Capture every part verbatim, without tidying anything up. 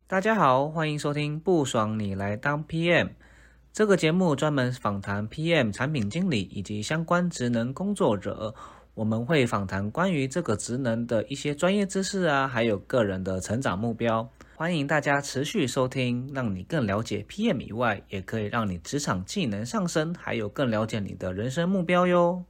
大家好，欢迎收听不爽你来当 P M。 这个节目专门访谈 P M 产品经理以及相关职能工作者，我们会访谈关于这个职能的一些专业知识啊，还有个人的成长目标。欢迎大家持续收听，让你更了解 P M 以外，也可以让你职场技能上升，还有更了解你的人生目标哟。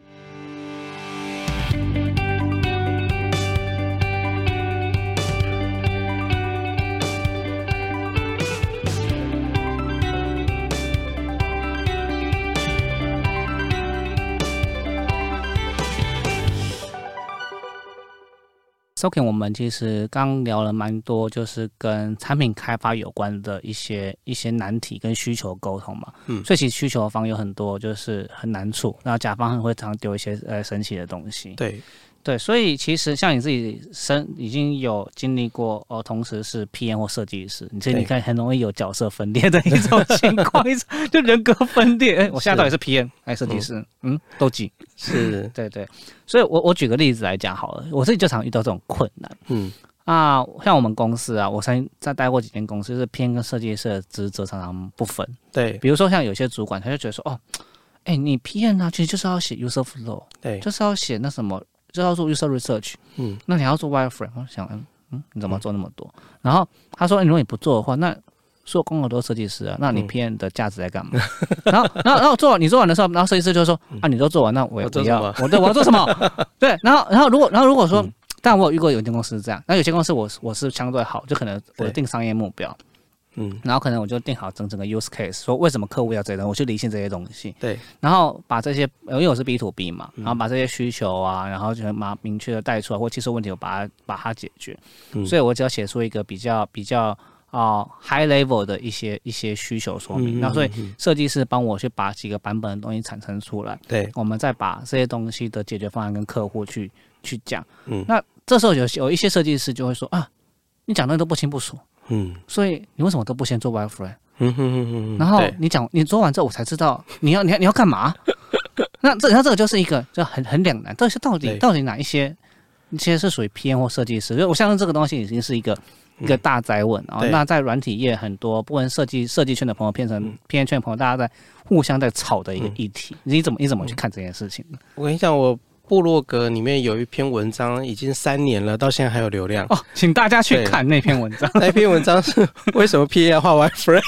Soken 我们其实刚聊了蛮多，就是跟产品开发有关的一些一些难题跟需求沟通嘛。嗯，所以其实需求方有很多就是很难处，然后甲方会常丢一些呃神奇的东西。 对对，所以其实像你自己身已经有经历过哦，同时是 P M 或设计师，你其实你看很容易有角色分裂的一种情况，就人格分裂。哎，我现在到底是 P M 还是设计师？嗯，嗯都挤。 是， 对对。所以我我举个例子来讲好了，我自己就常遇到这种困难。嗯啊，像我们公司啊，我曾经在待过几间公司，就是 P M 跟设计师的职责常常不分。 对， 比如说像有些主管他就觉得说，哦，哎，你 P M 啊，其实就是要写 user flow， 对，就是要写那什么。就要做 user research， 嗯，那你要做 wireframe， 我想，嗯嗯，你怎么做那么多？嗯、然后他说，如果你不做的话，那所有工作都是设计师啊，那你 P M 的价值在干嘛？嗯、然后，然后，然后做完你做完的时候，然后设计师就说，啊，你都做完，那我也不要，我我我要做什么？对，然后，然后如果，然后如果说，嗯、但我有遇过有一间公司是这样，那有些公司我我是相对好，就可能我定商业目标。嗯，然后可能我就定好整整个 use case， 说为什么客户要这些东西，我去理清这些东西。对，然后把这些，因为我是 B to B 嘛，然后把这些需求啊，然后就把明确的带出来，或技术问题我把它把它解决。嗯、所以我只要写出一个比较比较啊、呃、high level 的一些一些需求说明。嗯、那所以设计师帮我去把几个版本的东西产生出来，对，我们再把这些东西的解决方案跟客户去去讲。嗯，那这时候有有一些设计师就会说啊，你讲的都不清不楚。嗯，所以你为什么都不先做 wireframe？ 嗯哼哼哼，然后你讲你做完之后，我才知道你要你要你要干嘛？那这那这个就是一个就很很两难，到底是到底到底哪一些一些是属于 P M 或设计师？所以我相信这个东西已经是一个、嗯、一个大哉问啊。那在软体业很多不管设计设计圈的朋友变成 P M 圈的朋友，大家在互相在吵的一个议题。嗯、你怎么你怎么去看这件事情呢？ 我跟你讲，我。部落格里面有一篇文章，已经三年了，到现在还有流量哦，请大家去看那篇文章。 那篇文章是为什么 P M 要画 wireframe？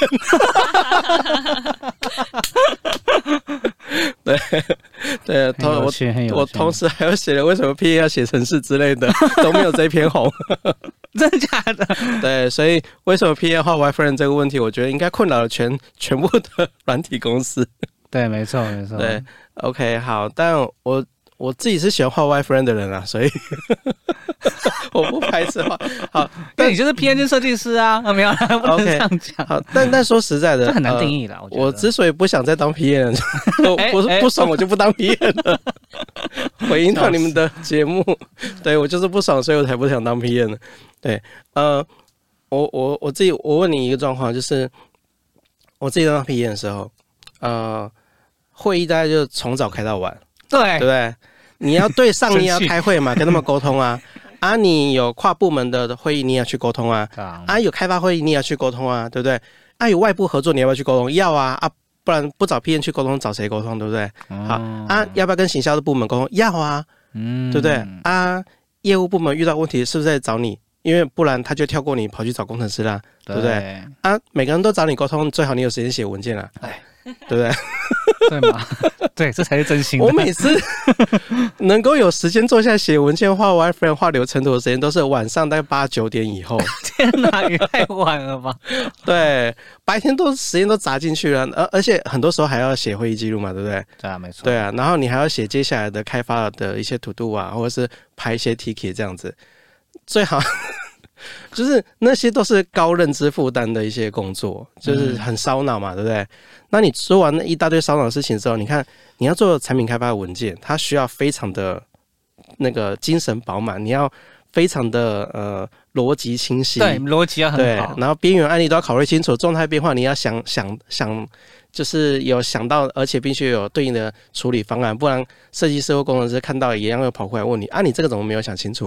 对对，同我我同时还有写了为什么 P M 要写程式之类的，都没有这篇红。 真的假的？ 对，所以为什么 P M 画 wireframe 这个问题，我觉得应该困扰了全全部的软体公司。 对，没错没错。 对 ，OK， 好，但我。我自己是喜欢画 wireframe 的人啊，所以我不排斥画。好， 但你就是 P M 跟设计师啊，啊没有，不能这样讲。 好，但但说实在的， 这很难定义啦。呃、我觉得我之所以不想再当 P M， 我不不爽我就不当 P M 了。回应到你们的节目，对我就是不爽，所以我才不想当 P M 了。对，呃，我我我自己，我问你一个状况，就是我自己当 P M 的时候，呃，会议大概就从早开到晚。 对， 对不对？你要对上你要开会嘛，跟他们沟通啊。啊，你有跨部门的会议，你也要去沟通啊。啊，有开发会议，你也要去沟通啊，对不对？啊，有外部合作，你要不要去沟通？要啊，啊，不然不找 P M 去沟通，找谁沟通？对不对？嗯、好啊，要不要跟行销的部门沟通？要啊，嗯，对不对？啊，业务部门遇到问题是不是在找你？因为不然他就跳过你，跑去找工程师啦，对不对？啊，每个人都找你沟通，最好你有时间写文件啦，哎，对不对？ 对吗？对，这才是真心的。 我每次能够有时间坐下来写文件、画 wireframe、画流程图的时间，都是晚上大概八九点以后。 天哪，也太晚了吧？ 对，白天都时间都砸进去了，而而且很多时候还要写会议记录嘛，对不对？ 对啊，没错。 对啊，然后你还要写接下来的开发的一些 to do 啊，或者是排一些 ticket 这样子，最好。就是那些都是高认知负担的一些工作，就是很烧脑嘛，对不对？那你做完那一大堆烧脑的事情之后，你看你要做产品开发的文件，它需要非常的那个精神饱满，你要非常的呃逻辑清晰， 对，逻辑要很好， 对，然后边缘案例都要考虑清楚，状态变化你要想想想，就是有想到，而且必须有对应的处理方案，不然设计师或工程师看到一样又跑过来问你啊，你这个怎么没有想清楚？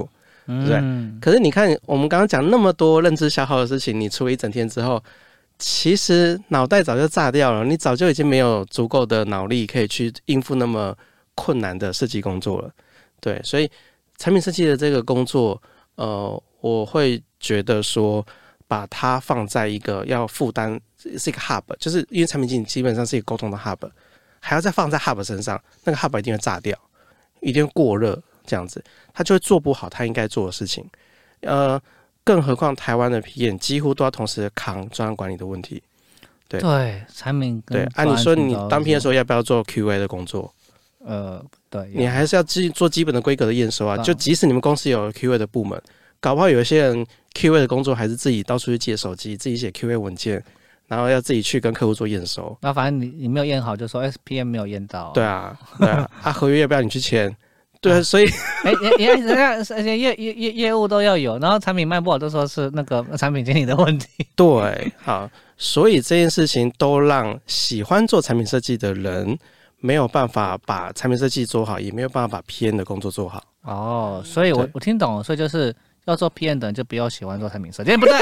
对不对？嗯、可是你看，我们刚刚讲那么多认知消耗的事情，你处理一整天之后，其实脑袋早就炸掉了，你早就已经没有足够的脑力可以去应付那么困难的设计工作了。对，所以产品设计的这个工作，呃，我会觉得说，把它放在一个要负担是一个 hub， 就是因为产品经理基本上是一个沟通的 hub， 还要再放在 hub 身上，那个 hub 一定会炸掉，一定会过热，这样子，他就会做不好他应该做的事情。呃，更何况台湾的 P M 几乎都要同时扛专案管理的问题。对对，产品对，按、啊、你说你当 P M 的时候要不要做 Q A 的工作？ 呃，对， 你还是要做基本的规格的验收啊。就即使你们公司有 Q A 的部门，搞不好有一些人 Q A 的工作还是自己到处去借手机，自己写 Q A 文件，然后要自己去跟客户做验收。 那反正你你没有验好，就说 S P M 没有验到。 对啊，对啊，啊合约要不要你去签？对啊，所以哎，也也而且业业业业务都要有，然后产品卖不好都说是那个产品经理的问题。 对，好，所以这件事情都让喜欢做产品设计的人没有办法把产品设计做好，也没有办法把 P M 的工作做好。 哦，所以我我听懂了，所以就是要做 P M 的人就不要喜欢做产品设计，不对。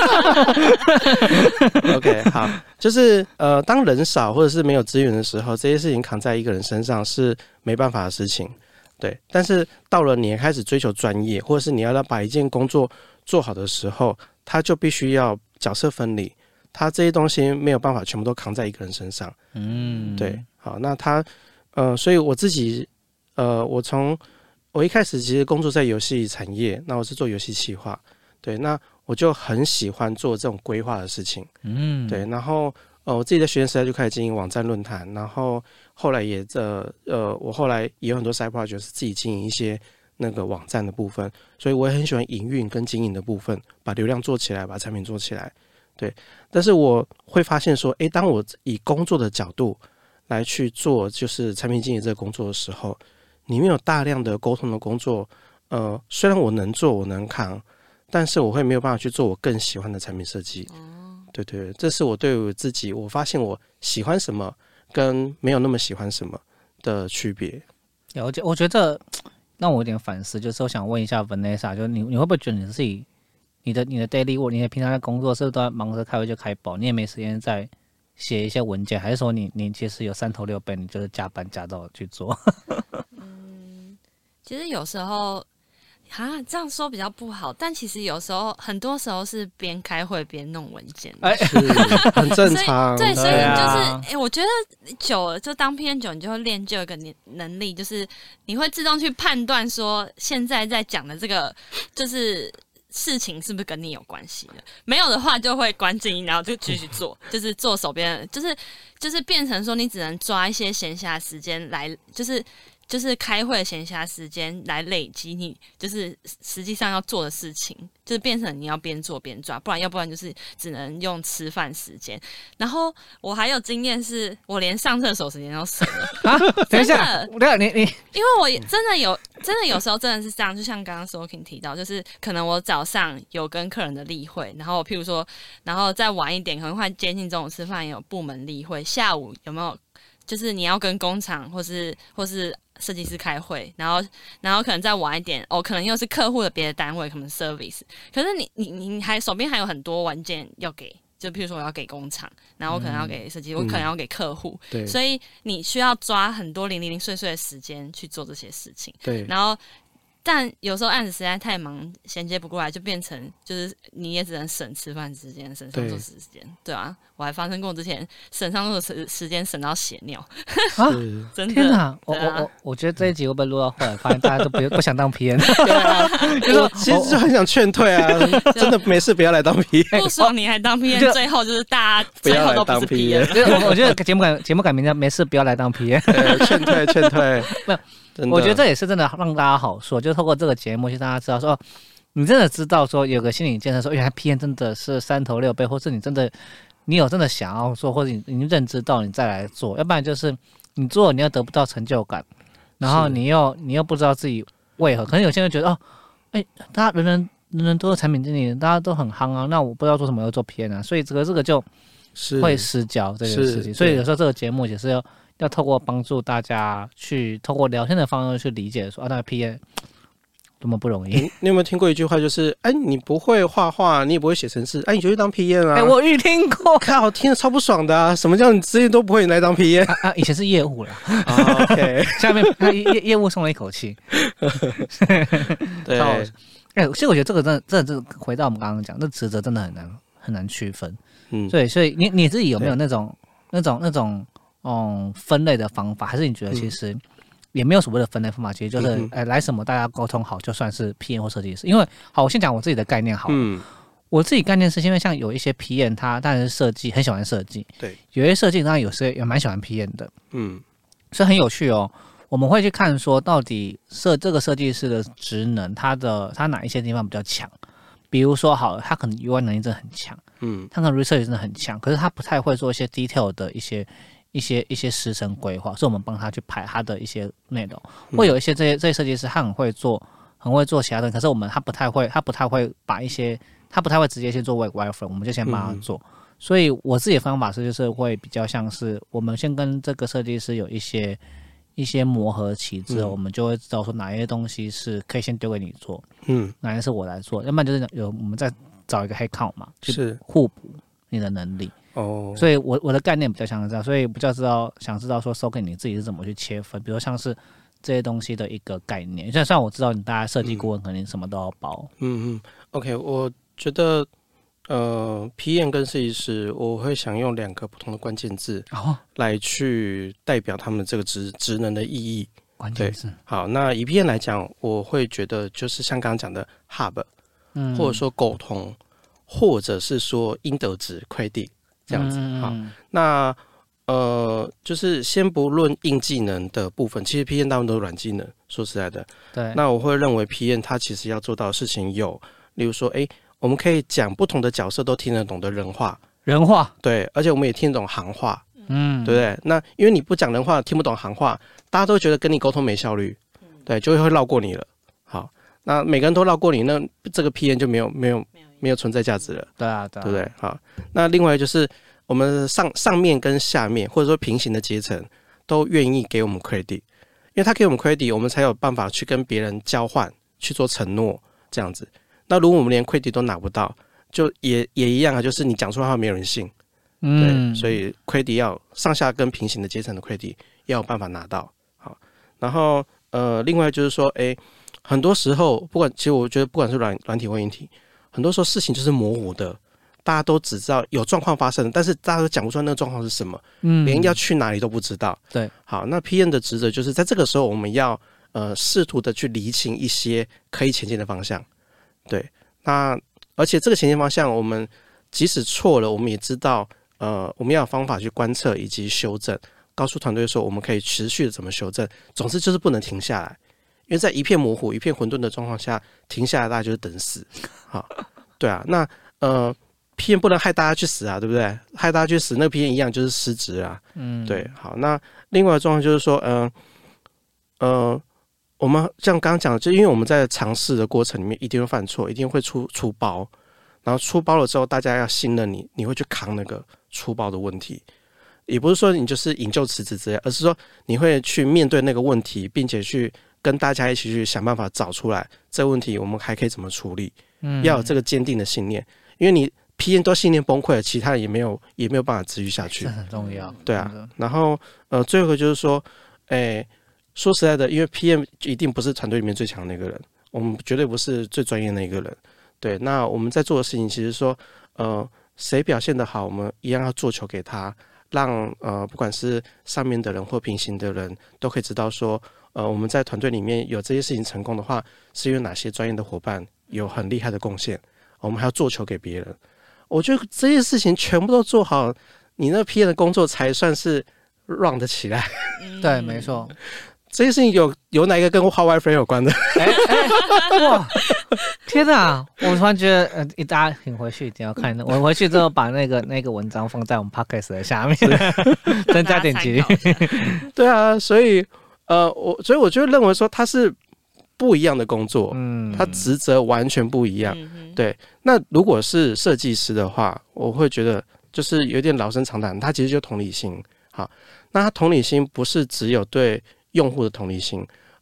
OK， 好，就是呃，当人少或者是没有资源的时候，这些事情扛在一个人身上是没办法的事情。对，但是到了你开始追求专业，或者是你要把一件工作做好的时候，他就必须要角色分离，他这些东西没有办法全部都扛在一个人身上。嗯，对，好，那他呃，所以我自己呃，我从我一开始其实工作在游戏产业，那我是做游戏企划，对，那我就很喜欢做这种规划的事情。嗯，对，然后呃，我自己在学生时代就开始经营网站论坛，然后后来也呃呃，我后来也有很多 side project 是自己经营一些那个网站的部分，所以我也很喜欢营运跟经营的部分，把流量做起来，把产品做起来。对，但是我会发现说，诶，当我以工作的角度来去做就是产品经理这个工作的时候，里面有大量的沟通的工作，呃，虽然我能做，我能扛，但是我会没有办法去做我更喜欢的产品设计。对对，这是我对我自己，我发现我喜欢什么跟没有那么喜欢什么的区别。 了解，我觉得让我有点反思，就是我想问一下 Vanessa， 就是你你会不会觉得你自己你的你的 daily work， 你的平常的工作是不是都在忙着开会就开爆，你也没时间在写一些文件，还是说你你其实有三头六臂，你就是加班加到去做？ 嗯，其实有时候。啊，这样说比较不好，但其实有时候，很多时候是边开会边弄文件， 哎，很正常。 对，所以就是，哎、欸，我觉得久了，就当 P M 久，你就会练就一个能力，就是你会自动去判断说，现在在讲的这个就是事情是不是跟你有关系的，没有的话就会关静音，然后就继续做，就是做手边，就是就是变成说，你只能抓一些闲暇时间来，就是。就是开会闲暇时间来累积你就是实际上要做的事情，就是变成你要边做边抓，不然要不然就是只能用吃饭时间。然后我还有经验是，我连上厕所时间都省了。 啊，等一下，对，你你， 因为我真的有真的有时候真的是这样，就像刚刚 Soking 提到，就是可能我早上有跟客人的例会，然后譬如说，然后再晚一点，可能快接近中午吃饭也有部门例会，下午有没有？就是你要跟工厂或是或是设计师开会，然后然后可能再晚一点哦，可能又是客户的别的单位，可能 service， 可是你你你还手边还有很多文件要给，就譬如说我要给工厂，然后我可能要给设计，嗯、我可能要给客户，对，所以你需要抓很多零零零碎碎的时间去做这些事情，对，然后。但有时候案子实在太忙，衔接不过来，就变成就是你也只能省吃饭时间，省上座时间，对啊，我还发生过之前省上座时时间省到血尿， 啊，真的，天哪！我我我我觉得这一集会不会录到后来，发现大家都不不想当 P M， 对啊， 就说其实就很想劝退啊，真的没事不要来当 P M， 不爽你还当 P M， 最后就是大家最后都不是 P M， 我觉得节目改节目改名叫没事不要来当 P M， 对，劝退劝退， 没有。我觉得这也是真的让大家好说，就透过这个节目，让大家知道说，你真的知道说有个心理建设，说原来 P M 真的是三头六臂，或是你真的你有真的想要做，或者你你认知到你再来做，要不然就是你做你又得不到成就感，然后你又你又不知道自己为何，可能有些人觉得哦，哎，大家人人人人都是产品经理，大家都很夯啊，那我不知道做什么要做 P M 啊，所以这个这个就会失焦这件事情，所以有时候这个节目也是要。要透过帮助大家去透过聊天的方式去理解说啊，那 P M 多么不容易。 你, 你有没有听过一句话，就是哎，你不会画画，你也不会写程式，哎，你就去当 P M 啊？ 哎，我预听过， 靠，听得超不爽的啊！什么叫你这些都不会，你来当 P M 啊？啊，以前是业务啦。 哦、OK， 下面业业务松了一口气。 对， 哎，所以我觉得这个真的，真的，这回到我们刚刚讲，这职责真的很难很难区分。嗯，对，所以你你自己有没有那种那种那种嗯分类的方法，还是你觉得其实？嗯也没有所谓的分类方法，其实就是，哎、嗯，来什么大家沟通好，就算是 P M 或设计师。因为，好，我先讲我自己的概念好了。嗯，我自己概念是因为像有一些 P M， 他当然是设计，很喜欢设计。 对， 有些设计当然有些也蛮喜欢 P M 的。嗯，所以很有趣哦。我们会去看说，到底设这个设计师的职能，他的他哪一些地方比较强？比如说，好了，他可能 U I 能力真的很强，嗯，他可能 research 真的很强，可是他不太会做一些 detail 的一些。一些一些时程规划，所以我们帮他去排他的一些内容。会有一些这些这些设计师，他很会做，很会做其他的，可是我们他不太会，他不太会把一些，他不太会直接去做 wireframe， 我们就先帮他做。嗯、所以我自己的方法是，就是会比较像是我们先跟这个设计师有一些一些磨合期之后，嗯、我们就会知道说哪一些东西是可以先丢给你做，嗯，哪些是我来做，要不然就是有我们再找一个黑靠嘛，去互补你的能力。哦，所以我我的概念比较像是这样，所以比较知道想知道说收给你自己是怎么去切分，比如像是这些东西的一个概念。虽然我知道你大家设计顾问肯定什么都要包。 嗯嗯 ，OK， 我觉得呃 P M 跟设计师，我会想用两个不同的关键字来去代表他们这个职职能的意义。 关键字。 好，那以 P M 来讲，我会觉得就是像刚刚讲的 hub，嗯，或者说沟通，或者是说应得值 credit。这样子，好，那呃，就是先不论硬技能的部分，其实 P M 大部分都是软技能。说实在的， 对， 那我会认为 P M 他其实要做到的事情有，例如说，哎，我们可以讲不同的角色都听得懂的人话， 人话， 对，而且我们也听得懂行话，嗯，对不对？那因为你不讲人话，听不懂行话，大家都觉得跟你沟通没效率，对，就会绕过你了。好，那每个人都绕过你，那这个 P M 就没有没有。没有存在价值了， 对啊，对啊， 对不对？好，那另外就是我们上上面跟下面，或者说平行的阶层，都愿意给我们 credit， 因为他给我们 credit， 我们才有办法去跟别人交换，去做承诺这样子。那如果我们连 credit 都拿不到，就也也一样啊，就是你讲出来话没有人信，嗯，对，所以 credit 要上下跟平行的阶层的 credit 要有办法拿到。好，然后呃，另外就是说，哎，很多时候不管，其实我觉得不管是软软体或硬体。很多时候事情就是模糊的，大家都只知道有状况发生，但是大家都讲不出来那个状况是什么，嗯，连要去哪里都不知道。 对， 好，那 P M 的职责就是在这个时候，我们要呃试图的去厘清一些可以前进的方向。对，那而且这个前进方向，我们即使错了，我们也知道，呃，我们要有方法去观测以及修正，告诉团队说我们可以持续的怎么修正。总之就是不能停下来。因为在一片模糊、一片混沌的状况下，停下来大家就是等死，好，对啊，那呃 ，P M 不能害大家去死啊，对不对？害大家去死，那 P M 一样就是失职啊，嗯，对，好，那另外的状况就是说，呃，呃，我们像刚刚讲的，就因为我们在尝试的过程里面一定会犯错，一定会出出包，然后出包了之后，大家要信任你，你会去扛那个出包的问题。也不是说你就是引咎辞职之类，而是说你会去面对那个问题，并且去跟大家一起去想办法找出来这个问题我们还可以怎么处理，嗯，要有这个坚定的信念，因为你 P M 都信念崩溃了，其他人也没有也没有办法持续下去， 这很重要， 对啊。然后呃，最后就是说，哎，说实在的，因为 P M 一定不是团队里面最强的那个人，我们绝对不是最专业的那个人，对。那我们在做的事情，其实说，呃，谁表现得好，我们一样要做球给他。让呃，不管是上面的人或平行的人都可以知道说，呃，我们在团队里面有这些事情成功的话，是因为哪些专业的伙伴有很厉害的贡献，我们还要做球给别人。我觉得这些事情全部都做好，你那 P M 的工作才算是 run 得起来。 对，没错。 这些事情有有哪一个跟画 wireframe 有关的？ 哎哎，哇！天哪！我突然觉得，呃，大家请回去一定要看。我回去之后把那个那个文章放在我们 podcast 的下面，增加点击率。 对啊，所以呃，我所以我就认为说它是不一样的工作，嗯，它职责完全不一样。嗯、对，那如果是设计师的话，我会觉得就是有点老生常谈，它其实就同理心。好，那它同理心不是只有对用户的同理心，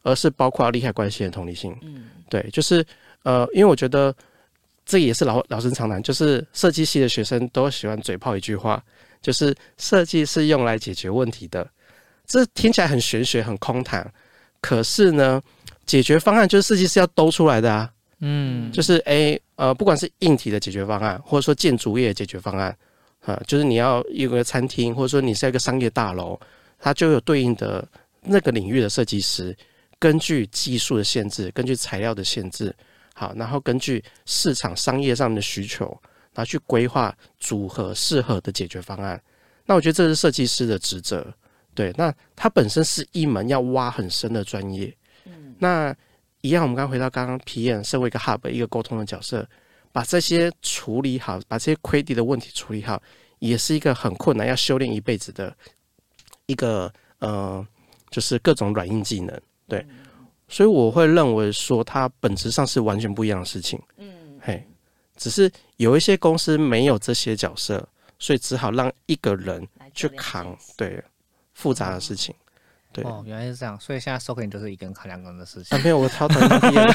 而是包括利害关系的同理心。嗯，对，就是呃，因为我觉得这也是老老生常谈，就是设计系的学生都喜欢嘴炮一句话，就是设计是用来解决问题的。这听起来很玄学、很空谈，可是呢，解决方案就是设计师要兜出来的啊。嗯，就是诶呃，不管是硬体的解决方案，或者说建筑业的解决方案，啊，就是你要一个餐厅，或者说你是一个商业大楼，它就有对应的那个领域的设计师，根据技术的限制，根据材料的限制，好，然后根据市场商业上面的需求，然后去规划组合适合的解决方案。那我觉得这是设计师的职责，对，那它本身是一门要挖很深的专业。嗯，那一样，我们刚回到刚刚 P M 身为一个 hub 一个沟通的角色，把这些处理好，把这些亏地的问题处理好，也是一个很困难，要修炼一辈子的一个呃，就是各种软硬技能。对，所以我会认为说，它本质上是完全不一样的事情。嗯，嘿，只是有一些公司没有这些角色，所以只好让一个人去扛对复杂的事情。对哦，原来是这样，所以现在 Soking 就是一个人扛两个人的事情。 啊、没有，我超讨厌当 P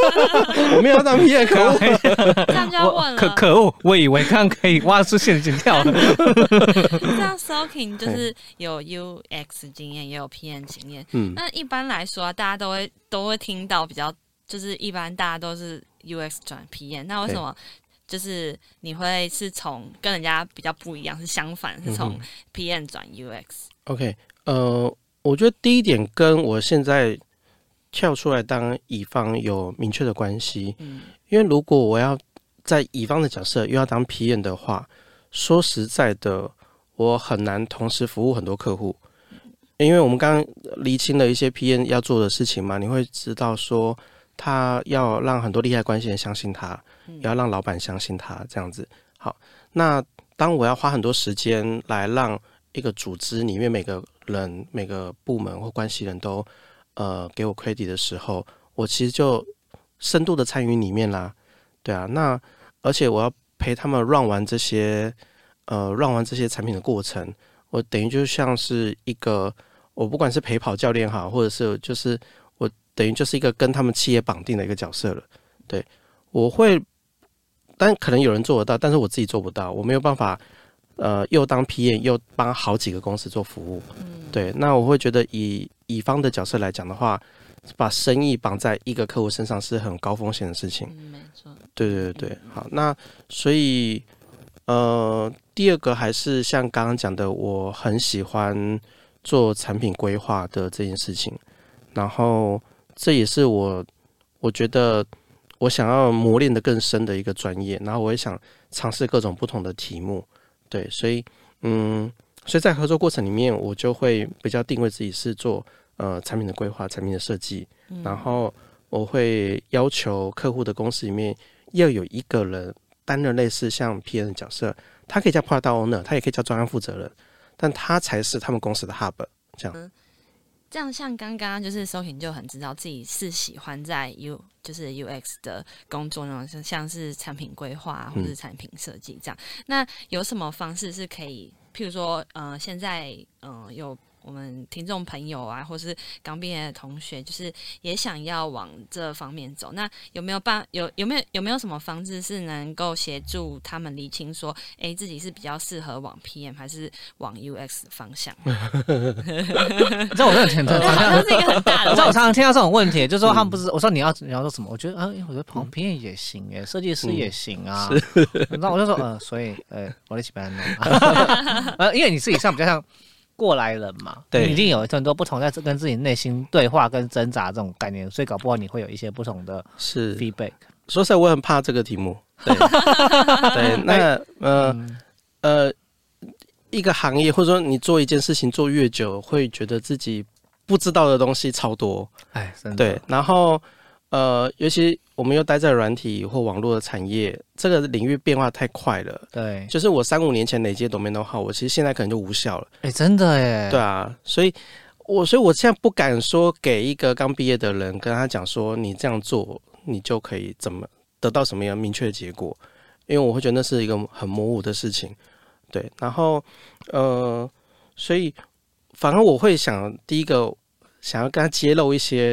M， 我没有当 P M， 可恶！ 这样就要问了， 可可恶！我以为刚刚可以挖出陷阱跳了。 这样 Soking 就是有 U X 经验，也有 P M 经验。嗯，那一般来说、啊，大家都会都会听到比较，就是一般大家都是 U X 转 P M， 那为什么？就是你会是从跟人家比较不一样，是相反，是从 P M 转 U X。OK，、 嗯、呃。我觉得第一点跟我现在跳出来当乙方有明确的关系，嗯，因为如果我要在乙方的角色又要当 P M 的话，说实在的，我很难同时服务很多客户，因为我们刚刚厘清了一些 P M 要做的事情嘛，你会知道说他要让很多利害关系人相信他，也要让老板相信他，这样子。好，那当我要花很多时间来让一个组织里面每个人、每个部门或关系人都呃给我 credit 的时候，我其实就深度的参与里面啦，对啊，那而且我要陪他们 run 完这些呃 run 完这些产品的过程，我等于就像是一个我不管是陪跑教练好，或者是就是我等于就是一个跟他们企业绑定的一个角色了，对，我会，但可能有人做得到，但是我自己做不到，我没有办法。呃，又当 P M 又帮好几个公司做服务，嗯，对，那我会觉得以乙方的角色来讲的话，把生意绑在一个客户身上是很高风险的事情， 嗯，没错， 对对对对，好，那所以呃，第二个还是像刚刚讲的，我很喜欢做产品规划的这件事情，然后这也是我我觉得我想要磨练的更深的一个专业，然后我也想尝试各种不同的题目。对，所以嗯，所以在合作过程里面，我就会比较定位自己是做呃产品的规划、产品的设计，嗯，然后我会要求客户的公司里面要有一个人担任类似像 P M 的角色，他可以叫 Product Owner， 他也可以叫专案负责人，但他才是他们公司的 Hub， 这样。嗯， 这样像刚刚就是 Soking 就很知道自己是喜欢在 U 就是 U X 的工作那种，像是产品规划或是产品设计这样，嗯。那有什么方式是可以，譬如说，呃，现在呃有我们听众朋友啊，或是刚毕业的同学，就是也想要往这方面走，那有没有办有有没有有没有什么方式是能够协助他们厘清说，哎，自己是比较适合往 P M 还是往 U X 的方向？你知道我这种前程好像是一个很大的问题。 你知道我常常听到这种问题，就是说他们不是，我说你要你要说什么？我觉得啊，我觉得跑 P M 也行耶，设计师也行啊。然后我就说，呃，所以呃，我一起帮他弄。呃，因为你自己上比较像过来人嘛，你一定有很多不同在跟自己内心对话跟挣扎这种概念，所以搞不好你会有一些不同的 feedback。 说实在，我很怕这个题目。对，对，那呃、嗯、呃，一个行业或者说你做一件事情做越久，会觉得自己不知道的东西超多。 哎，真的。 对，然后呃，尤其我们又待在软体或网络的产业，这个领域变化太快了。 对， 就是我三五年前累积的 domain know-how， 我其实现在可能就无效了。 哎，真的耶。 对啊，所以我所以我现在不敢说给一个刚毕业的人跟他讲说，你这样做你就可以怎么得到什么样明确的结果，因为我会觉得那是一个很模糊的事情。对，然后呃，所以反而我会想第一个想要跟他揭露一些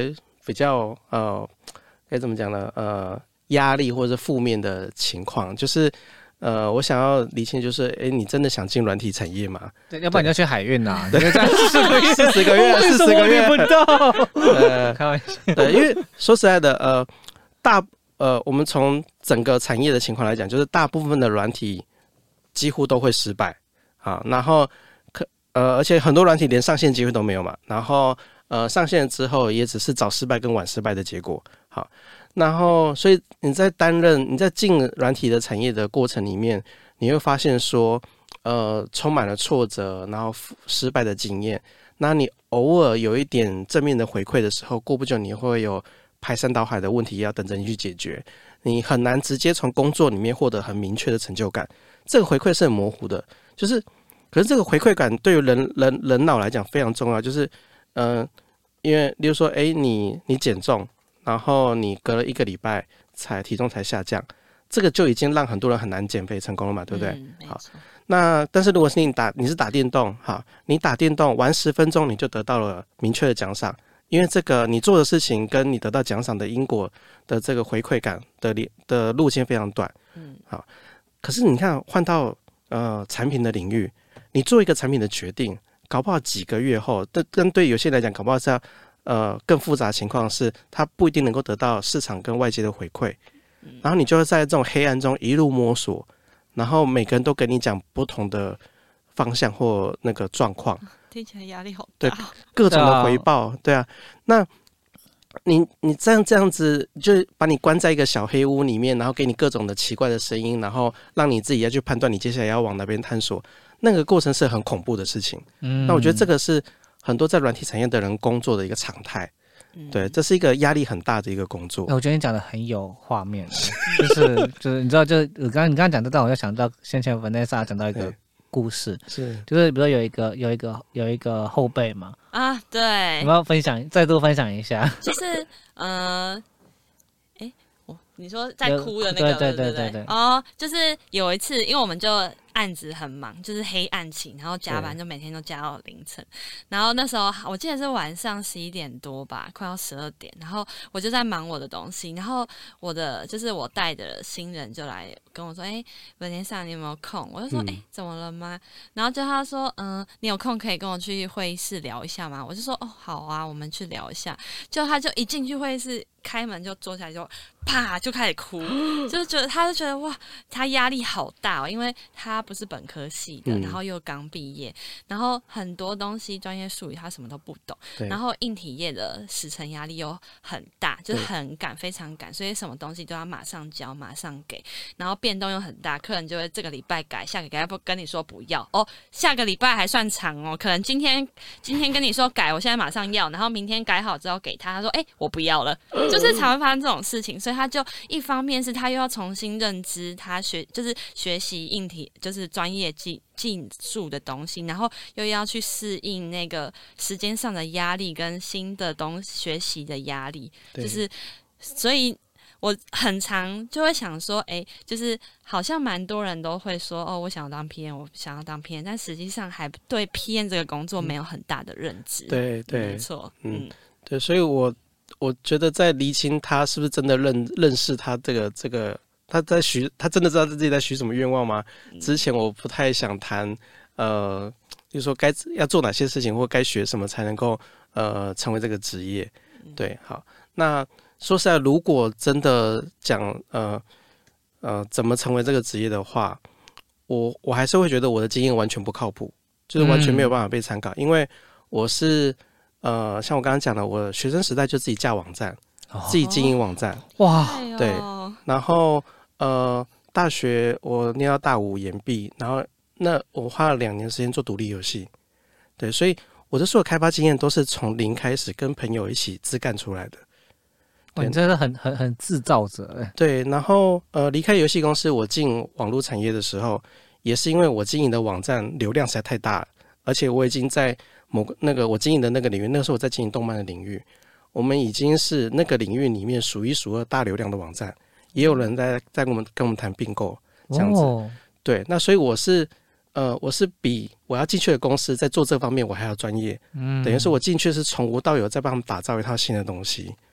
比较呃该怎么讲呢？呃，压力或者负面的情况，就是呃，我想要理清，就是哎，你真的想进软体产业吗？ 对，要不然你要去海运呐， 对，四十个月，四十个月不到。 呃， 开玩笑。 对，因为说实在的，呃，大呃，我们从整个产业的情况来讲，就是大部分的软体几乎都会失败啊，然后可呃，而且很多软体连上线机会都没有嘛，然后呃，上线之后也只是早失败跟晚失败的结果。好，然后所以你在担任你在进软体的产业的过程里面，你会发现说，呃，充满了挫折，然后失败的经验。那你偶尔有一点正面的回馈的时候，过不久你会有排山倒海的问题要等着你去解决，你很难直接从工作里面获得很明确的成就感。这个回馈是很模糊的，就是可是这个回馈感对于人人人脑来讲非常重要，就是嗯、呃，因为例如说，哎，你你减重，然后你隔了一个礼拜才体重才下降，这个就已经让很多人很难减肥成功了嘛，对不对？ 嗯、 好，那但是如果是你打你是打电动，好，你打电动玩十分钟你就得到了明确的奖赏，因为这个你做的事情跟你得到奖赏的因果的这个回馈感的的路线非常短，嗯，好。可是你看换到呃产品的领域，你做一个产品的决定，搞不好几个月后，但跟对有些人来讲，搞不好是要呃更复杂的情况是，它不一定能够得到市场跟外界的回馈，然后你就会在这种黑暗中一路摸索，然后每个人都跟你讲不同的方向或那个状况， 听起来压力好大， 对各种的回报，对啊，那。你你这样这样子，就把你关在一个小黑屋里面，然后给你各种的奇怪的声音，然后让你自己要去判断你接下来要往哪边探索，那个过程是很恐怖的事情。嗯，那我觉得这个是很多在软体产业的人工作的一个常态。嗯、对，这是一个压力很大的一个工作。 我觉得你讲的很有画面，就是就是你知道，就是我刚刚你刚刚讲得到，我就想到先前 Vanessa 讲到一个故事， 是就是比如说有一个有一个有一个后辈嘛。 啊，对， 你要分享，再度分享一下。 就是呃，哎，我你说在哭的那个， 对对对对对。 哦，就是有一次，因为我们就案子很忙，就是黑暗期，然后加班就每天都加到凌晨。然后那时候我记得是晚上十一点多吧，快要十二点。然后我就在忙我的东西，然后我的就是我带的新人就来跟我说：“哎，文天上你有没有空？”我就说：“哎、嗯，怎么了吗？”然后就他说：“嗯、呃，你有空可以跟我去会议室聊一下吗？”我就说：“哦，好啊，我们去聊一下。”就他就一进去会议室，开门就坐下来就啪就开始哭，就是觉得他就觉得哇，他压力好大哦，因为他不是本科系的，然后又刚毕业，然后很多东西专业术语他什么都不懂，然后硬体业的时程压力又很大，就是很赶，非常赶，所以什么东西都要马上交，马上给，然后变动又很大，客人就会这个礼拜改，下个礼拜不跟你说不要哦，下个礼拜还算长哦，可能今天今天跟你说改，我现在马上要，然后明天改好之后给他，他说哎、欸、我不要了，就是常会发生这种事情，所以他就一方面是他又要重新认知他学就是学习硬体就是专业技技术的东西，然后又要去适应那个时间上的压力跟新的东西学习的压力，就是所以我很常就会想说，哎、欸，就是好像蛮多人都会说，哦，我想要当 P M， 我想要当 P M， 但实际上还对 P M 这个工作没有很大的认知。 对对， 没错， 嗯，对，所以我我觉得在厘清他是不是真的认认识他这个这个。他在许，他真的知道自己在许什么愿望吗？之前我不太想谈，呃，就是说该要做哪些事情，或该学什么才能够呃成为这个职业。对，好，那说实在，如果真的讲呃呃怎么成为这个职业的话，我我还是会觉得我的经验完全不靠谱，就是完全没有办法被参考，嗯、因为我是呃像我刚刚讲的，我学生时代就自己架网站。自己经营网站， 哇， 对，然后呃，大学我念到大五延毕，然后那我花了两年时间做独立游戏，对，所以我的所有开发经验都是从零开始，跟朋友一起自干出来的。 你真的很很很制造者， 对。然后呃，离开游戏公司，我进网络产业的时候，也是因为我经营的网站流量实在太大了，而且我已经在某个那个我经营的那个领域，那个时候我在经营动漫的领域。我们已经是那个领域里面数一数二大流量的网站，也有人在在跟我们跟我们谈并购这样子。哦、对，那所以我是呃，我是比我要进去的公司在做这方面我还要专业。嗯，等于是我进去是从无到有，在帮他们打造一套新的东西。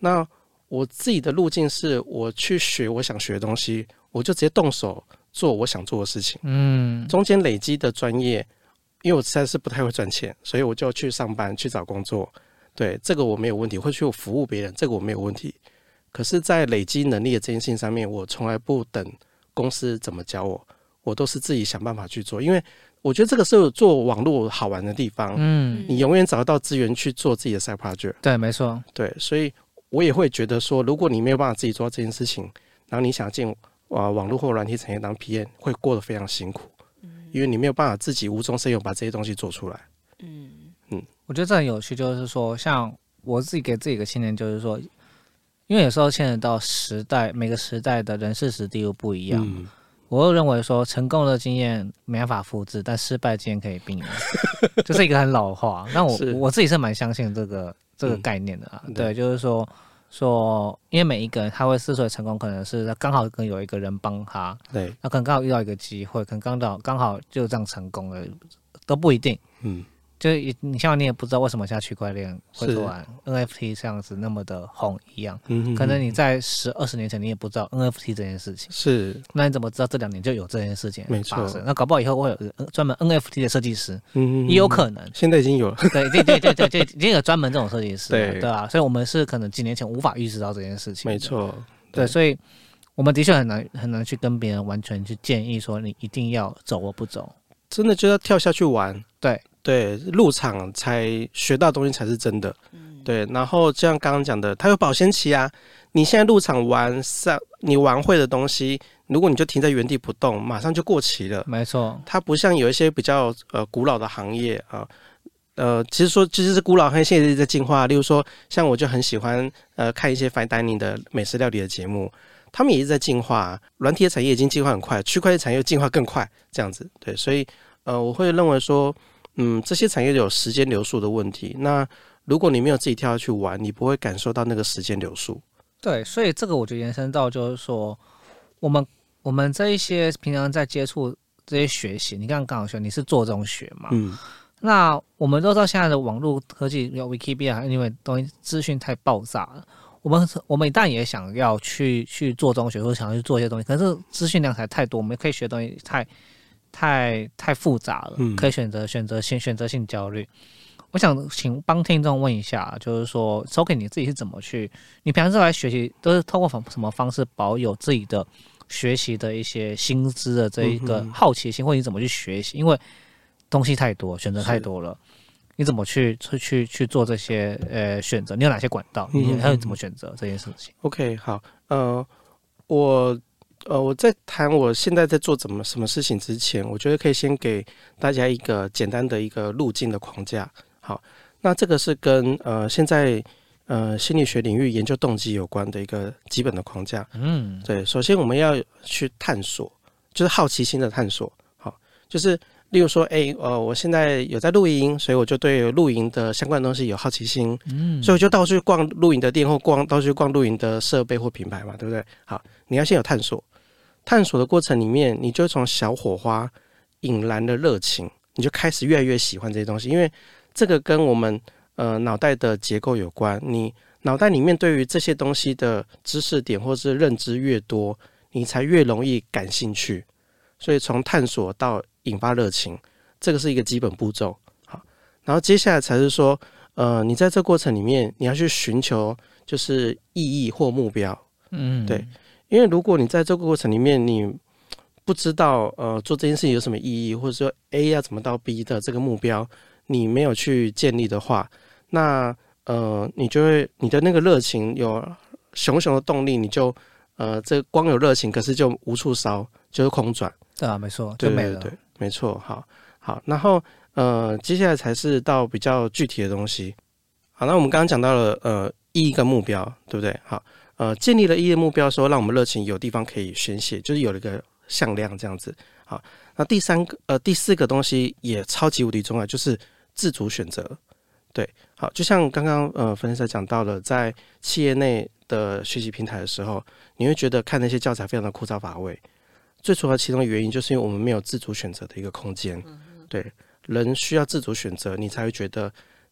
那我自己的路径是我去学我想学的东西，我就直接动手做我想做的事情。嗯，中间累积的专业，因为我实在是不太会赚钱，所以我就去上班去找工作。对，这个我没有问题，会去服务别人，这个我没有问题。可是，在累积能力的这件事情上面，我从来不等公司怎么教我，我都是自己想办法去做。因为我觉得这个是做网络好玩的地方。嗯，你永远找得到资源去做自己的 side project。 对，没错。 对，所以我也会觉得说，如果你没有办法自己做到这件事情，然后你想进啊网络或软体产业当 P M， 会过得非常辛苦。嗯，因为你没有办法自己无中生有把这些东西做出来。嗯嗯，我觉得这很有趣，就是说，像我自己给自己一个信念，就是说，因为有时候牵扯到时代，每个时代的人事时地又不一样。嗯，我会认为说，成功的经验没办法复制，但失败经验可以避免，这是一个很老话。那我我自己是蛮相信这个这个概念的啊。嗯、对，就是说说，因为每一个人他会之所以成功，可能是他刚好跟有一个人帮他， 对， 他可能刚好遇到一个机会，可能刚好刚好就这样成功了，都不一定。嗯。就是你像你也不知道为什么现在区块链会突然 N F T 这样子那么的红一样，嗯、可能你在十二十年前你也不知道 N F T 这件事情， 是， 那你怎么知道这两年就有这件事情发生？那搞不好以后会有专门 N F T 的设计师，嗯，也有可能， 现在已经有了， 对对对对对对，已经有专门这种设计师，对对啊，所以我们是可能几年前无法预知到这件事情， 没错， 对，对，所以我们的确很难很难去跟别人完全去建议说你一定要走或不走， 真的就要跳下去玩， 对。 对，入场才学到东西才是真的。嗯，对。然后像刚刚讲的，它有保鲜期啊。你现在入场玩上，你玩会的东西，如果你就停在原地不动，马上就过期了。 没错， 它不像有一些比较呃古老的行业啊，呃，其实说其实是古老行业现在一直在进化。例如说，像我就很喜欢呃看一些 fine dining 的美食料理的节目，他们也一直在进化。软体的产业已经进化很快，区块链产业进化更快，这样子。对，所以呃，我会认为说。嗯，这些产业有时间流速的问题。那如果你没有自己跳下去玩，你不会感受到那个时间流速。 对，所以这个我觉得延伸到就是说，我们我们这一些平常在接触这些学习，你刚刚刚好说你是做中学嘛，嗯，那我们都知道现在的网络科技有 Wikipedia， 因为东西资讯太爆炸了。我们我们一旦也想要去去做中学，或者想要去做一些东西，可是资讯量才太多，我们可以学的东西太。太太复杂了，可以选择选择性选择性焦虑。我想请帮听众问一下，就是说 ，Soking 你自己是怎么去？你平常是来学习，都是透过什么方式保有自己的学习的一些薪资的这一个好奇心，或者你怎么去学习？因为东西太多，选择太多了，你怎么去去去去做这些呃选择？你有哪些管道？你还有怎么选择这件事情 ？OK， 好，呃，我。呃，我在谈我现在在做怎么什么事情之前，我觉得可以先给大家一个简单的一个路径的框架。好，那这个是跟呃现在呃心理学领域研究动机有关的一个基本的框架。嗯，对，首先我们要去探索，就是好奇心的探索。好，就是例如说，哎，呃，我现在有在露营，所以我就对露营的相关的东西有好奇心。嗯，所以我就到处去逛露营的店，或逛到处去逛露营的设备或品牌嘛，对不对？好，你要先有探索。探索的过程里面，你就从小火花引燃了热情，你就开始越来越喜欢这些东西，因为这个跟我们呃脑袋的结构有关。你脑袋里面对于这些东西的知识点或是认知越多，你才越容易感兴趣。所以从探索到引发热情，这个是一个基本步骤。好，然后接下来才是说，呃，你在这过程里面，你要去寻求就是意义或目标。嗯，对。因为如果你在这个过程里面，你不知道呃做这件事情有什么意义，或者说 A 要怎么到 B 的这个目标，你没有去建立的话，那呃你就会你的那个热情有熊熊的动力，你就呃这光有热情，可是就无处烧，就是空转。 对啊，没错，就没了。 对对对，没错。好，好，然后呃接下来才是到比较具体的东西。好，那我们刚刚讲到了呃意义跟目标，对不对？好。呃，建立了意义目标的时候，让我们热情有地方可以宣泄，就是有了一个向量这样子。好，那第三个呃第四个东西也超级无敌重要，就是自主选择。对，好，就像刚刚呃芬妮讲到了，在企业内的学习平台的时候，你会觉得看那些教材非常的枯燥乏味。最主要其中的原因就是因为我们没有自主选择的一个空间。对，人需要自主选择，你才会觉得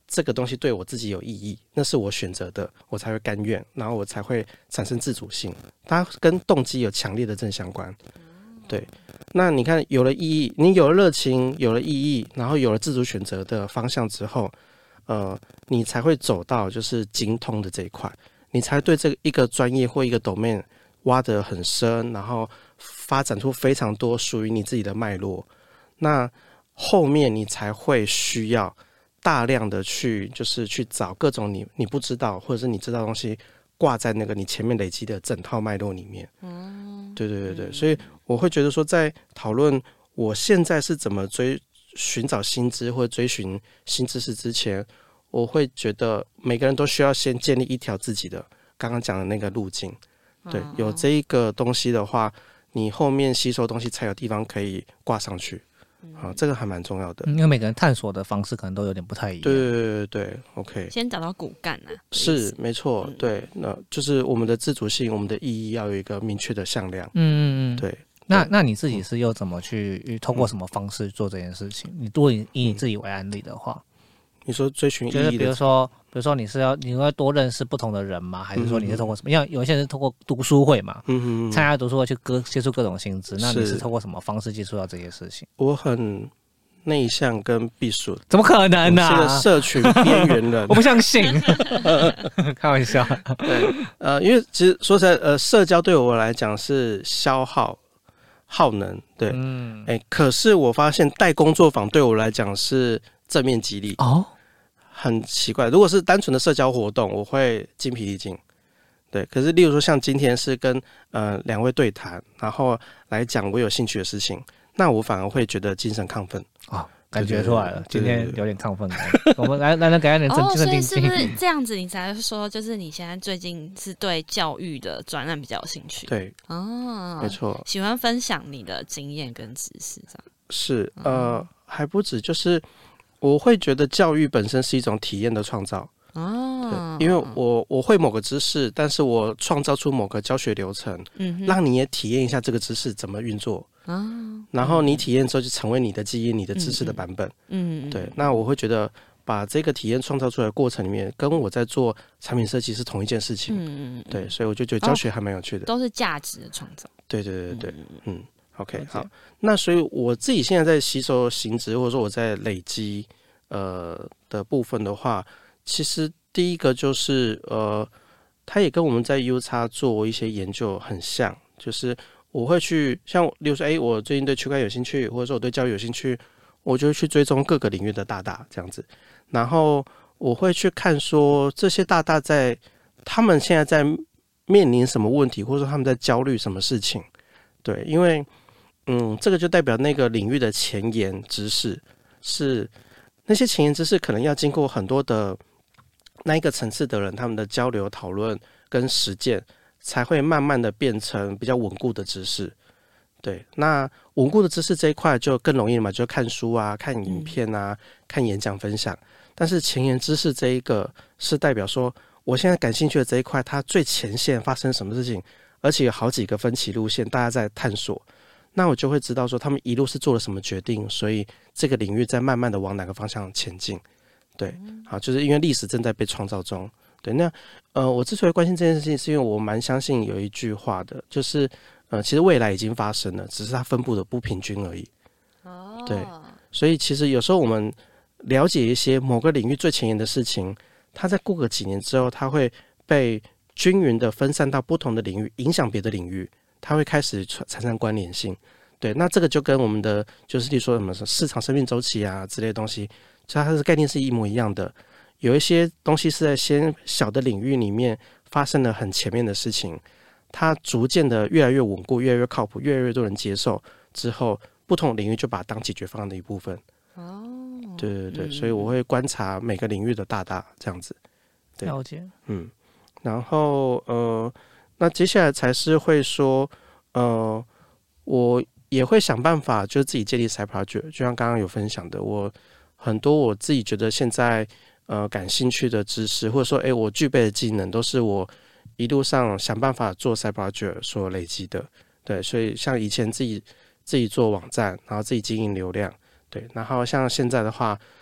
这个东西对我自己有意义，那是我选择的，我才会甘愿，然后我才会产生自主性。它跟动机有强烈的正相关。对，那你看，有了意义，你有了热情，有了意义，然后有了自主选择的方向之后，呃，你才会走到就是精通的这一块，你才对这一个专业或一个 domain 挖得很深，然后发展出非常多属于你自己的脉络。那后面你才会需要大量的去就是去找各种你你不知道或者是你知道的东西挂在那个你前面累积的整套脉络里面。嗯，对对对对，所以我会觉得说，在讨论我现在是怎么追寻找新知或者追寻新知识之前，我会觉得每个人都需要先建立一条自己的刚刚讲的那个路径。对，有这一个东西的话，你后面吸收东西才有地方可以挂上去。啊，这个还蛮重要的， 因为每个人探索的方式可能都有点不太一样。 对对对对对 ，OK。 先找到骨干啊， 是没错，嗯、对，那就是我们的自主性，我们的意义要有一个明确的向量。 嗯嗯嗯， 对。 那那你自己是又怎么去、嗯、通过什么方式做这件事情？你如果以你自己为案例的话， 你说追寻意义的， 就是比如说，比如说你是要你会多认识不同的人吗？还是说你是通过什么？因为有一些人是通过读书会嘛，嗯嗯，参加读书会去各接触各种新知。那你是通过什么方式接触到这些事情？ 我很内向跟避暑， 怎么可能呢、啊？ 是个社群边缘人， 我不相信，开玩笑。 对，呃，因为其实说实在，呃，社交对我来讲是消耗耗能，对，嗯，哎，可是我发现带工作坊对我来讲是正面激励哦。很奇怪，如果是单纯的社交活动，我会精疲力尽。对，可是例如说像今天是跟呃两位对谈，然后来讲我有兴趣的事情，那我反而会觉得精神亢奋啊、哦，感觉出来了，今天有点亢奋感。我们来来来，给他点精神定静。哦，所以是不是这样子？你才说，就是你现在最近是对教育的专案比较有兴趣？ 对， 哦， 没错， 喜欢分享你的经验跟知识，这样是呃还不止，就是我会觉得教育本身是一种体验的创造。哦，因为我我会某个知识，但是我创造出某个教学流程，嗯，让你也体验一下这个知识怎么运作，哦，然后你体验之后就成为你的记忆、你的知识的版本，嗯，对。那我会觉得把这个体验创造出来的过程里面，跟我在做产品设计是同一件事情，嗯嗯，对，所以我就觉得教学还蛮有趣的， 哦，都是价值的创造， 对对对对，嗯，嗯 ，OK， 好。那所以我自己现在在吸收新知，或者说我在累积呃的部分的话。其实第一个就是呃，它也跟我们在 U X 做一些研究很像，就是我会去像例如说，哎，我最近对区块有兴趣，或者说我对教育有兴趣，我就会去追踪各个领域的大大这样子，然后我会去看说这些大大在他们现在在面临什么问题，或者说他们在焦虑什么事情，对，因为嗯，这个就代表那个领域的前沿知识是那些前沿知识可能要经过很多的。那一个层次的人，他们的交流、讨论跟实践，才会慢慢的变成比较稳固的知识。对，那稳固的知识这一块就更容易了嘛，就看书啊、看影片啊、看演讲分享。但是前沿知识这一个是代表说，我现在感兴趣的这一块，它最前线发生什么事情，而且有好几个分歧路线，大家在探索。那我就会知道说，他们一路是做了什么决定，所以这个领域在慢慢的往哪个方向前进。对，好，就是因为历史正在被创造中。对，那呃，我之所以关心这件事情，是因为我蛮相信有一句话的，就是呃，其实未来已经发生了，只是它分布的不平均而已。哦，对，所以其实有时候我们了解一些某个领域最前沿的事情，它在过个几年之后，它会被均匀的分散到不同的领域，影响别的领域，它会开始产生关联性。对，那这个就跟我们的就是例如说什么市场生命周期啊之类的东西。所以它的概念是一模一样的，有一些东西是在先小的领域里面发生了很前面的事情，它逐渐的越来越稳固，越来越靠谱，越来越多人接受之后，不同领域就把它当解决方案的一部分。哦，对对对，嗯，所以我会观察每个领域的大大这样子。对， 了解。 嗯，然后呃，那接下来才是会说，呃，我也会想办法，就是自己建立 side project， 就像刚刚有分享的，我。很多我自己觉得现在呃感兴趣的知识，或者说哎我具备的技能，都是我一路上想办法做 side project 所累积的。对，所以像以前自己自己做网站，然后自己经营流量，对，然后像现在的话，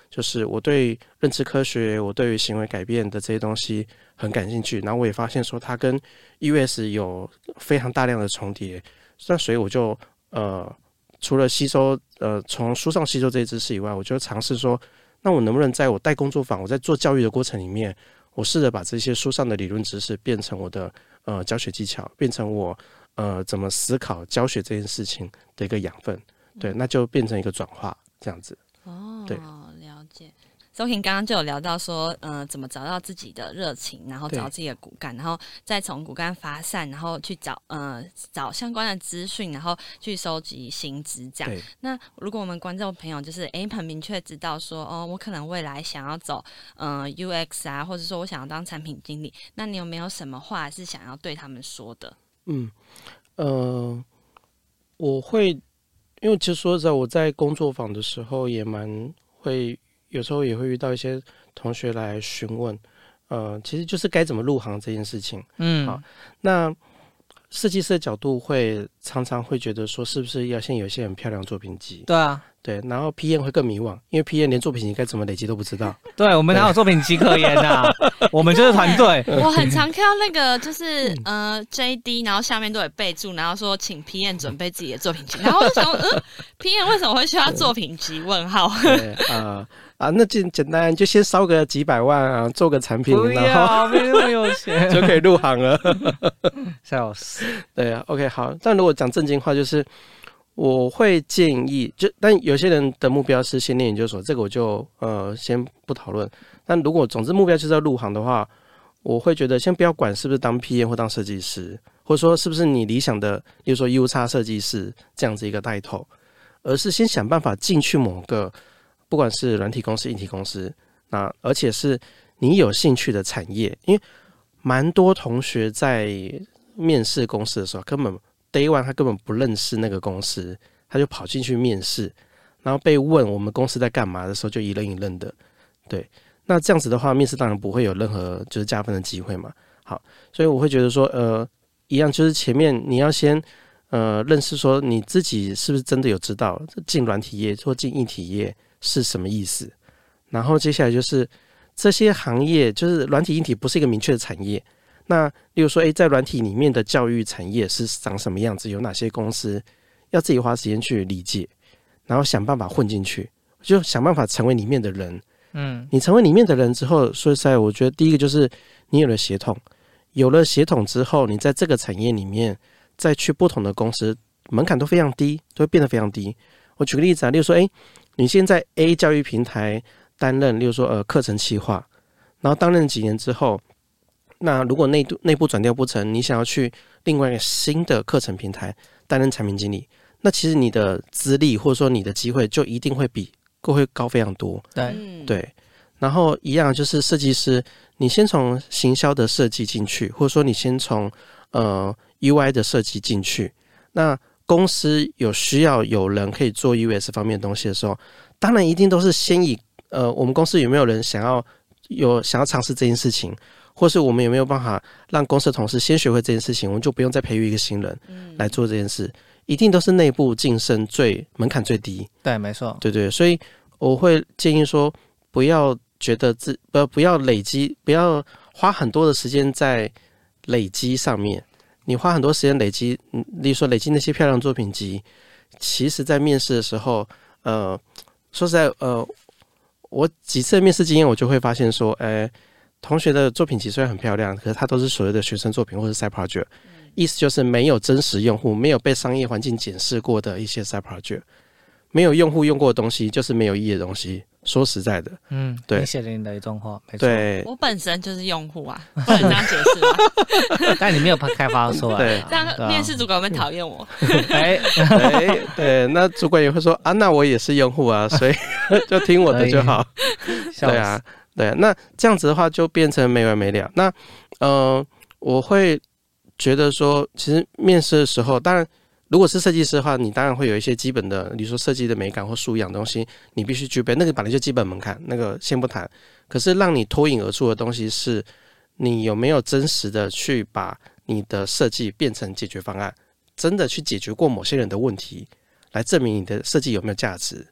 就是我对认知科学，我对于行为改变的这些东西很感兴趣，然后我也发现说它跟 U X 有非常大量的重叠，那所以我就呃除了吸收呃从书上吸收这些知识以外，我就尝试说，那我能不能在我带工作坊，我在做教育的过程里面，我试着把这些书上的理论知识变成我的呃教学技巧，变成我呃怎么思考教学这件事情的一个养分，对，那就变成一个转化这样子。 哦， 对， 了解。Soking 刚刚就有聊到说，呃，怎么找到自己的热情，然后找到自己的骨干，然后再从骨干发散，然后去找呃找相关的资讯，然后去收集薪资这样。那如果我们观众朋友就是诶很明确知道说，哦，我可能未来想要走呃 U X 啊，或者说我想要当产品经理，那你有没有什么话是想要对他们说的？ 嗯，呃，我会，因为其实说实在，我在工作坊的时候也蛮会。有时候也会遇到一些同学来询问，呃，其实就是该怎么入行这件事情。嗯，好，那设计师的角度会常常会觉得说，是不是要先有一些很漂亮的作品集？ 对啊， 对，然后 P M 会更迷惘，因为 P M 连作品集该怎么累积都不知道。 对，我们哪有作品集可言啊？我们就是团队。 我很常看到那个就是呃 J D， 然后下面都有备注，然后说请 P M 准备自己的作品集，然后我就想，嗯 ，P M 为什么会需要作品集？问号。 对啊。呃啊，那简简单，就先烧个几百万啊，做个产品，然后没那么有钱就可以入行了， 笑死。 对啊 ，OK， 好。但如果讲正经话，就是我会建议，就但有些人的目标是先念研究所，这个我就呃先不讨论。但如果总之目标就是要入行的话，我会觉得先不要管是不是当 P M 或当设计师，或者说是不是你理想的，例如说 U X 设计师这样子一个带头，而是先想办法进去某个。不管是软体公司、硬体公司，那而且是你有兴趣的产业，因为蛮多同学在面试公司的时候，根本 day one 他根本不认识那个公司，他就跑进去面试，然后被问我们公司在干嘛的时候，就一愣一愣的。对，那这样子的话，面试当然不会有任何就是加分的机会嘛。好，所以我会觉得说，呃，一样就是前面你要先呃认识说你自己是不是真的有知道进软体业或进硬体业。是什么意思？然后接下来就是这些行业，就是软体硬体不是一个明确的产业。那例如说，诶，在软体里面的教育产业是长什么样子？有哪些公司？要自己花时间去理解，然后想办法混进去，就想办法成为里面的人。嗯，你成为里面的人之后，说实在，我觉得第一个就是你有了血统，有了血统之后，你在这个产业里面再去不同的公司，门槛都非常低，都会变得非常低。我举个例子啊，例如说，诶。你现在 A 教育平台担任，例如说呃课程企划，然后担任几年之后，那如果内部内部转调不成，你想要去另外一个新的课程平台担任产品经理，那其实你的资历或者说你的机会就一定会比会高非常多。 对对，然后一样就是设计师，你先从行销的设计进去，或者说你先从呃 U I 的设计进去，那。公司有需要有人可以做 U X 方面的东西的时候，当然一定都是先以呃，我们公司有没有人想要有想要尝试这件事情，或是我们有没有办法让公司的同事先学会这件事情，我们就不用再培育一个新人来做这件事，一定都是内部晋升最门槛最低。 对，没错， 对对，所以我会建议说，不要觉得自不不要累积，不要花很多的时间在累积上面。你花很多时间累积，例如说累积那些漂亮作品集，其实在面试的时候，呃，说实在，呃，我几次的面试经验，我就会发现说，哎，同学的作品集虽然很漂亮，可是它都是所谓的学生作品或是 side project， 意思就是没有真实用户，没有被商业环境检视过的一些 side project， 没有用户用过的东西，就是没有意义的东西。说实在的， 嗯，对，你写了你的一段话，没错， 对， 我本身就是用户啊，不能这样解释吧？ 但你没有开发出来， 对， 这样面试主管会讨厌我。 哎，对对，那主管也会说啊，那我也是用户啊，所以就听我的就好。对啊，对，那这样子的话就变成没完没了。那呃，我会觉得说，其实面试的时候，当然。如果是设计师的话，你当然会有一些基本的，比如说设计的美感或素养的东西，你必须具备，那个本来就基本门槛，那个先不谈。可是让你脱颖而出的东西是，你有没有真实的去把你的设计变成解决方案，真的去解决过某些人的问题，来证明你的设计有没有价值。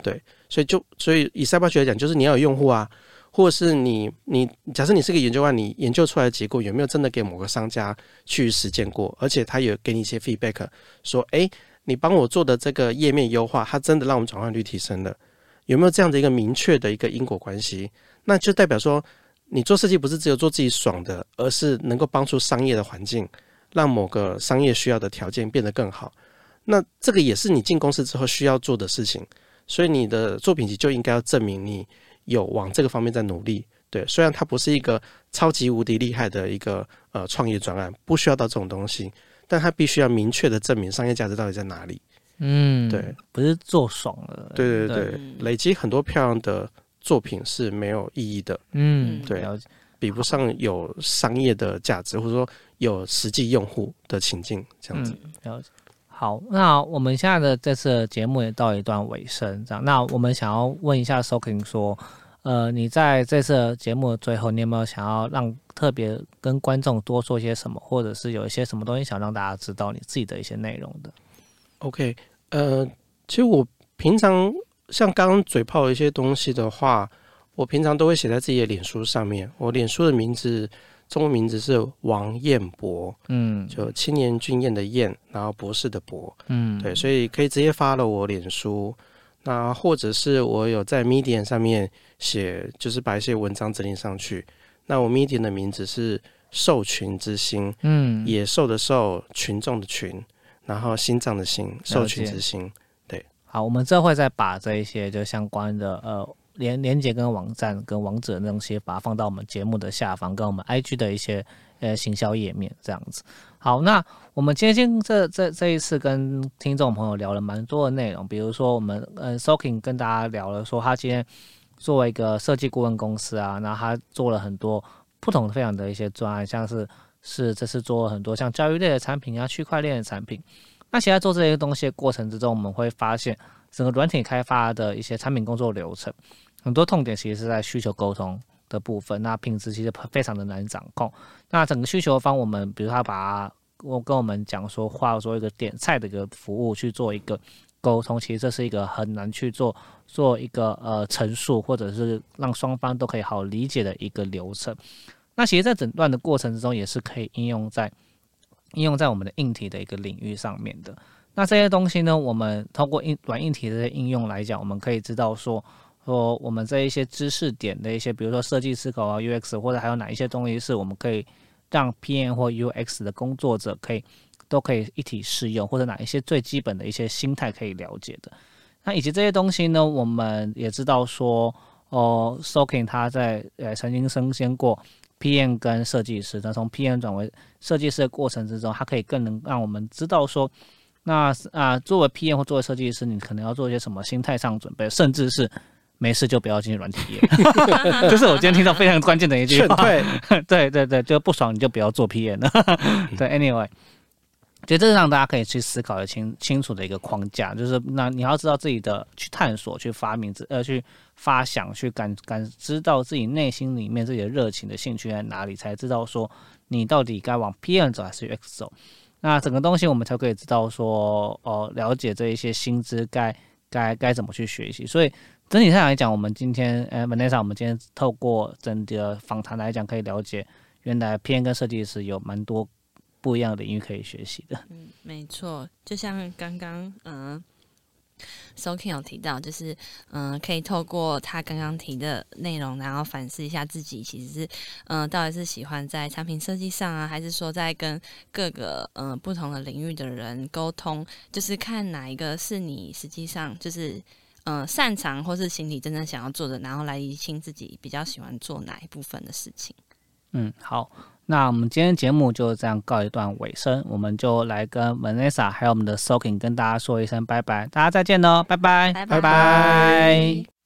对，所以就所以以赛巴学来讲，就是你要有用户啊，或者是你你假设你是个研究案，你研究出来的结果有没有真的给某个商家去实践过，而且他有给你一些 feedback， 说哎，你帮我做的这个页面优化，它真的让我们转换率提升了，有没有这样的一个明确的一个因果关系？那就代表说，你做设计不是只有做自己爽的，而是能够帮助商业的环境，让某个商业需要的条件变得更好。那这个也是你进公司之后需要做的事情，所以你的作品集就应该要证明你有往这个方面在努力。对，虽然它不是一个超级无敌厉害的一个呃创业专案，不需要到这种东西，但它必须要明确的证明商业价值到底在哪里。 嗯， 对， 不是做爽了。 对对 对, 对，累积很多漂亮的作品是没有意义的。 嗯， 对，比不上有商业的价值，或者说有实际用户的情境这样子。 嗯，了解。好，那我们现在的这次的节目也到一段尾声，这样。那我们想要问一下 Soking 说，呃，你在这次的节目的最后，你有没有想要让特别跟观众多说些什么，或者是有一些什么东西想让大家知道你自己的一些内容的 ？OK， 呃，其实我平常像刚刚嘴炮的一些东西的话，我平常都会写在自己的脸书上面。我脸书的名字。中文名字是王彦博，嗯，就青年俊彦的彦，然后博士的博，嗯，对，所以可以直接发了我脸书，那或者是我有在 Medium 上面写，就是把一些文章整理上去。那我 Medium 的名字是兽群之心，嗯，野兽的兽，群众的群，然后心脏的心，兽群之心，对。 好，我们这会再把这一些就相关的呃。连连结跟网站跟网址的东西，把它放到我们节目的下方，跟我们 I G 的一些呃行销页面这样子。好，那我们今天这这这一次跟听众朋友聊了蛮多的内容，比如说我们呃 Soking 跟大家聊了说，他今天作为一个设计顾问公司啊，然后他做了很多不同非常的一些专案，像是是这次做了很多像教育类的产品啊、区块链的产品。那其实在做这些东西的过程之中，我们会发现整个软体开发的一些产品工作流程。很多痛点其实是在需求沟通的部分，那品质其实非常的难掌控。那整个需求方，我们比如他把我跟我们讲说，画说一个点菜的一个服务去做一个沟通，其实这是一个很难去做做一个呃陈述，或者是让双方都可以好理解的一个流程。那其实，在整段的过程之中，也是可以应用在应用在我们的硬体的一个领域上面的。那这些东西呢，我们通过硬软硬体的这些应用来讲，我们可以知道说。说我们这一些知识点的一些，比如说设计思考啊 U X， 或者还有哪一些东西是我们可以让 P M 或 U X 的工作者可以都可以一体适用，或者哪一些最基本的一些心态可以了解的。那以及这些东西呢，我们也知道说，哦 ，Soking 他在呃曾经升迁过 P M 跟设计师，那从 P M 转为设计师的过程之中，他可以更能让我们知道说，那啊作为 P M 或作为设计师，你可能要做一些什么心态上准备，甚至是。没事就不要进入软体业，这是我今天听到非常关键的一句话。 对对对对，就不爽你就不要做 P M 了。对 ，anyway， 觉得这是让大家可以去思考的清清楚的一个框架，就是那你要知道自己的去探索、去发明、呃去发想、去感感知到自己内心里面自己的热情的兴趣在哪里，才知道说你到底该往 P M 走还是 U X 走。那整个东西我们才可以知道说，哦，了解这一些薪资该该该怎么去学习，所以。整体上来讲，我们今天呃 Vanessa， 我们今天透过整个访谈来讲，可以了解原来 P M 跟设计师有蛮多不一样的领域可以学习的。 嗯，没错，就像刚刚嗯 Soking 有提到，就是嗯、呃，可以透过他刚刚提的内容，然后反思一下自己其实是嗯、呃，到底是喜欢在产品设计上啊，还是说在跟各个嗯、呃、不同的领域的人沟通，就是看哪一个是你实际上就是。呃，擅长或是心里真正想要做的，然后来厘清自己比较喜欢做哪一部分的事情。 嗯，好，那我们今天节目就这样告一段尾声，我们就来跟 Vanessa 还有我们的 Soking 跟大家说一声拜拜，大家再见喽，拜拜， 拜拜拜。